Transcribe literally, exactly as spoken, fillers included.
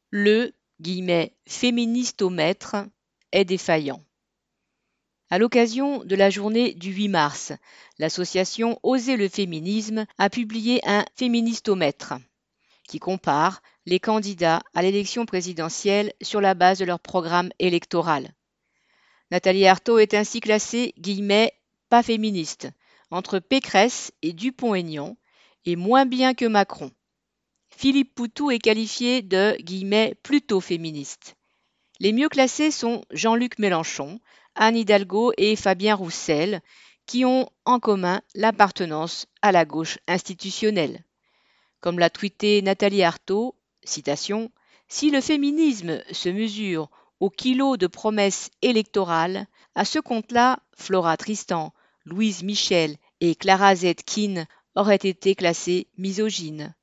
Le guillemets, féministomètre est défaillant. À l'occasion de la journée du huit mars, l'association Oser le féminisme a publié un féministomètre qui compare les candidats à l'élection présidentielle sur la base de leur programme électoral. Nathalie Arthaud est ainsi classée guillemets, pas féministe, entre Pécresse et Dupont-Aignan, et moins bien que Macron. Philippe Poutou est qualifié de guillemets, plutôt féministe. Les mieux classés sont Jean-Luc Mélenchon, Anne Hidalgo et Fabien Roussel, qui ont en commun l'appartenance à la gauche institutionnelle. Comme l'a tweeté Nathalie Arthaud, citation, « Si le féminisme se mesure au kilo de promesses électorales, à ce compte-là, Flora Tristan, Louise Michel et Clara Zetkin auraient été classées misogynes.